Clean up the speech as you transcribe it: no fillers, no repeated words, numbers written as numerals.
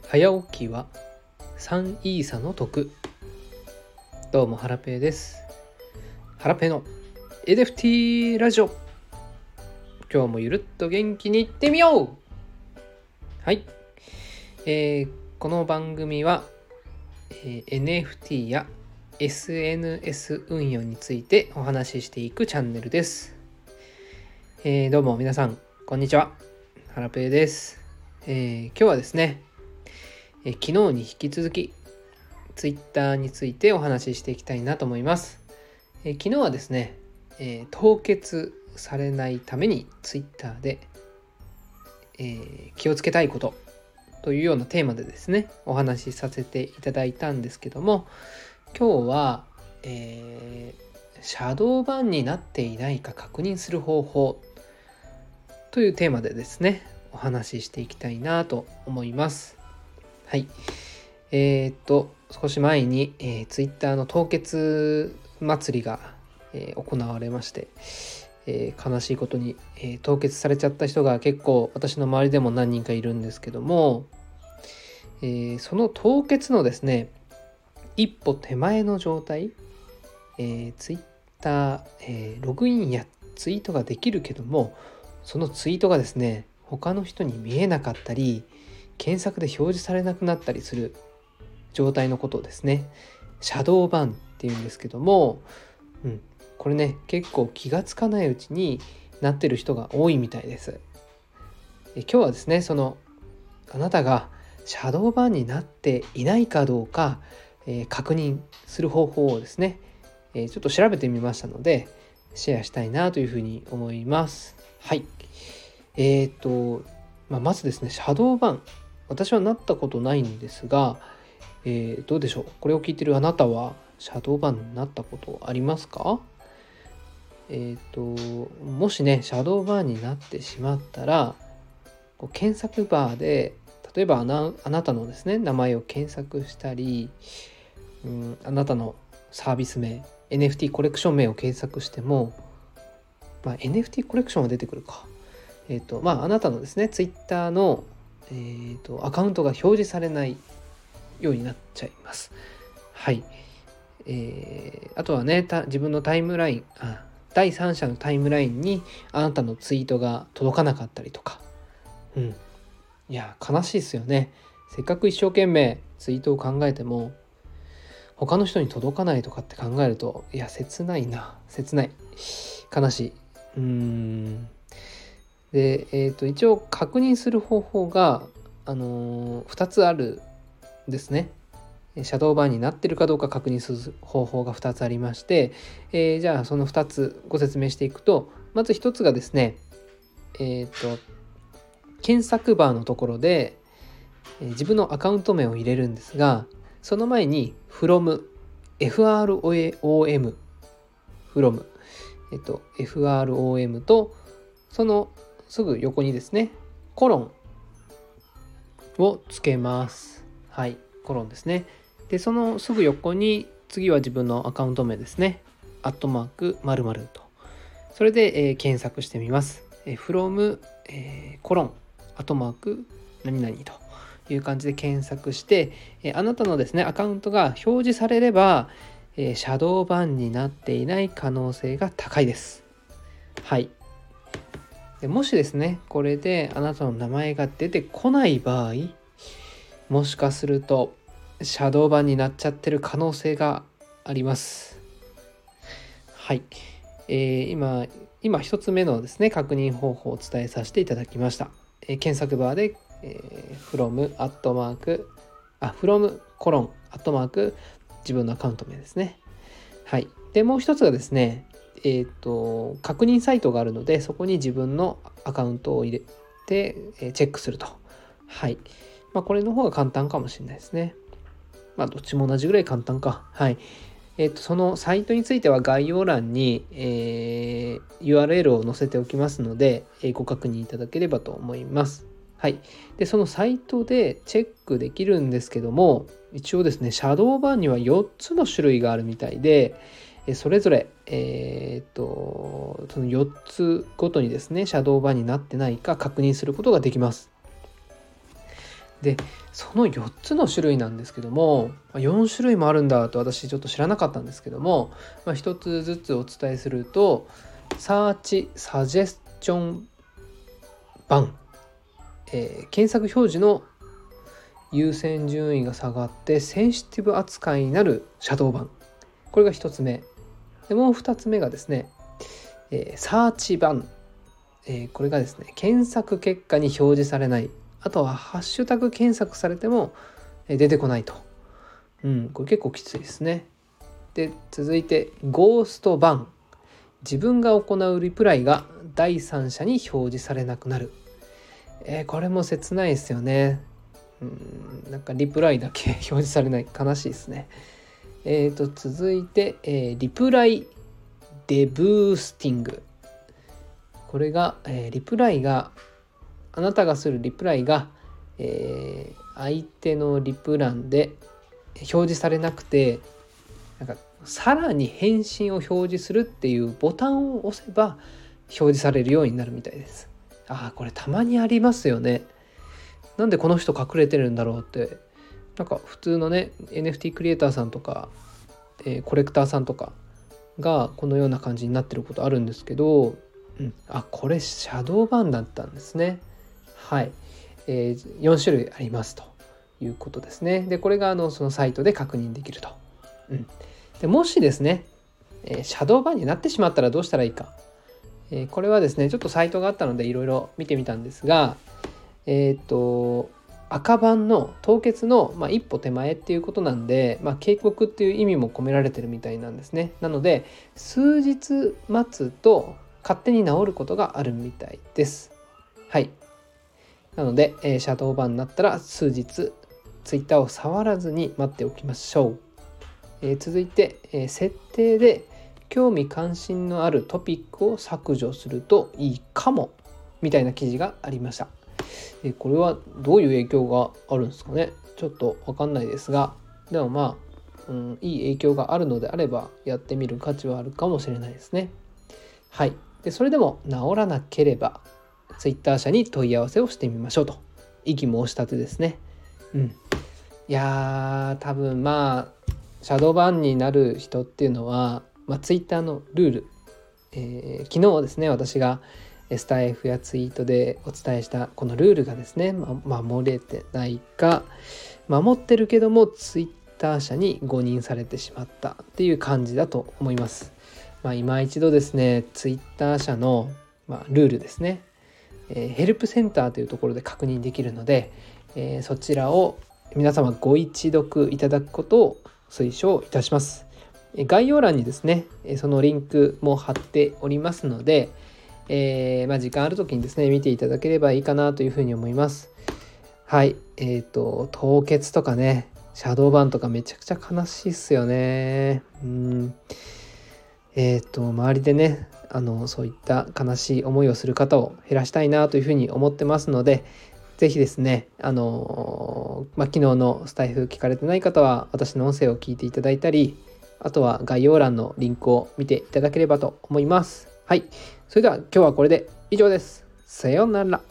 早起きは3イーサの得。どうもハラペーです。ハラペーの NFT ラジオ、今日もゆるっと元気にいってみよう。はい、この番組は、NFT や SNS 運用についてお話ししていくチャンネルです。どうも皆さんこんにちは、ハラペーです。今日はですね、昨日に引き続きツイッターについてお話ししていきたいなと思います。昨日はですね、凍結されないためにツイッターで、気をつけたいことというようなテーマでですねお話しさせていただいたんですけども、今日は、シャドーバンになっていないか確認する方法というテーマでですねお話ししていきたいなと思います。はい。少し前に、ツイッターの凍結祭りが、行われまして、悲しいことに、凍結されちゃった人が結構私の周りでも何人かいるんですけども、その凍結のですね一歩手前の状態、ツイッター、ログインやツイートができるけども、そのツイートがですね他の人に見えなかったり検索で表示されなくなったりする状態のことをですねシャドーバンっていうんですけども、これね結構気がつかないうちになってる人が多いみたいです。今日はですねあなたがシャドーバンになっていないかどうか、確認する方法をですね、ちょっと調べてみましたのでシェアしたいなというふうに思います。はい。まずですねシャドーバン、私はなったことないんですが、どうでしょう。これを聞いているあなたはシャドーバンになったことありますか？もしねシャドーバンになってしまったら、検索バーで例えばあなたのですね名前を検索したり、あなたのサービス名 NFT コレクション名を検索しても、NFT コレクションは出てくるか。あなたのですねツイッターの、アカウントが表示されないようになっちゃいます。はい。あとはね自分のタイムライン、第三者のタイムラインにあなたのツイートが届かなかったりとか、いや悲しいですよね。せっかく一生懸命ツイートを考えても他の人に届かないとかって考えると、いや切ないな、切ない、悲しい。で、一応確認する方法が、2つあるんですね。シャドーバンになっているかどうか確認する方法が2つありまして、じゃあその2つご説明していくと、まず1つがですね、検索バーのところで、自分のアカウント名を入れるんですが、その前に from FROM FROM とそのすぐ横にですねコロンをつけます。はい、コロンですね。でそのすぐ横に次は自分のアカウント名ですね、@〇〇と、それで、検索してみます。from、コロン何々という感じで検索して、あなたのですねアカウントが表示されれば、シャドーバンになっていない可能性が高いです。はい。でもしですねこれであなたの名前が出てこない場合、もしかするとシャドーバンになっちゃってる可能性があります。はい。今一つ目のですね確認方法をお伝えさせていただきました。検索バーで、from コロン自分のアカウント名ですね。はい。でもう一つがですね、確認サイトがあるのでそこに自分のアカウントを入れて、チェックすると。はい。これの方が簡単かもしれないですね。どっちも同じぐらい簡単か。はい。そのサイトについては概要欄に、URL を載せておきますので、ご確認いただければと思います。はい。で、そのサイトでチェックできるんですけども、一応ですね、シャドーバンには4つの種類があるみたいで、それぞれ、その4つごとにですね、シャドーバンになってないか確認することができます。 でその4つの種類なんですけども、4種類もあるんだと私ちょっと知らなかったんですけども、1つずつお伝えすると、サーチサジェスチョン版、検索表示の優先順位が下がってセンシティブ扱いになるシャドー版、これが1つ目で、もう2つ目がですね、サーチ版、これがですね検索結果に表示されない、あとはハッシュタグ検索されても出てこないと、これ結構きついですね。で続いてゴースト版、自分が行うリプライが第三者に表示されなくなる、これも切ないですよね。なんかリプライだけ表示されない、悲しいですね。続いて、リプライデブースティング、これが、リプライがあなたがするリプライが、相手のリプ欄で表示されなくて、なんかさらに返信を表示するっていうボタンを押せば表示されるようになるみたいです。これたまにありますよね。なんでこの人隠れてるんだろうって、なんか普通のね NFT クリエイターさんとか、コレクターさんとかがこのような感じになってることあるんですけど、これシャドーバンだったんですね。はい、4種類ありますということですね。でこれがそのサイトで確認できると。でもしですね、シャドーバンになってしまったらどうしたらいいか、これはですねちょっとサイトがあったのでいろいろ見てみたんですが、赤版の凍結の、一歩手前っていうことなんで、警告っていう意味も込められてるみたいなんですね。なので数日待つと勝手に治ることがあるみたいです。はい。なので、シャドーバンになったら数日ツイッターを触らずに待っておきましょう。続いて、設定で興味関心のあるトピックを削除するといいかもみたいな記事がありました。これはどういう影響があるんですかね。ちょっと分かんないですが、でもいい影響があるのであればやってみる価値はあるかもしれないですね。はい。でそれでも治らなければツイッター社に問い合わせをしてみましょうと、異議申し立てですね。いや多分シャドーバンになる人っていうのは、ツイッターのルール、昨日ですね私がスタイフやツイートでお伝えしたこのルールがですね、守れてないか、守ってるけどもツイッター社に誤認されてしまったっていう感じだと思います。今一度ですねツイッター社の、ルールですね、ヘルプセンターというところで確認できるので、そちらを皆様ご一読いただくことを推奨いたします。概要欄にですねそのリンクも貼っておりますので、時間ある時にですね見ていただければいいかなというふうに思います。はい。凍結とかねシャドーバンとかめちゃくちゃ悲しいっすよね。周りでねそういった悲しい思いをする方を減らしたいなというふうに思ってますので、ぜひですね昨日のスタイフ聞かれてない方は私の音声を聞いていただいたり、あとは概要欄のリンクを見ていただければと思います。はい。それでは今日はこれで以上です。さようなら。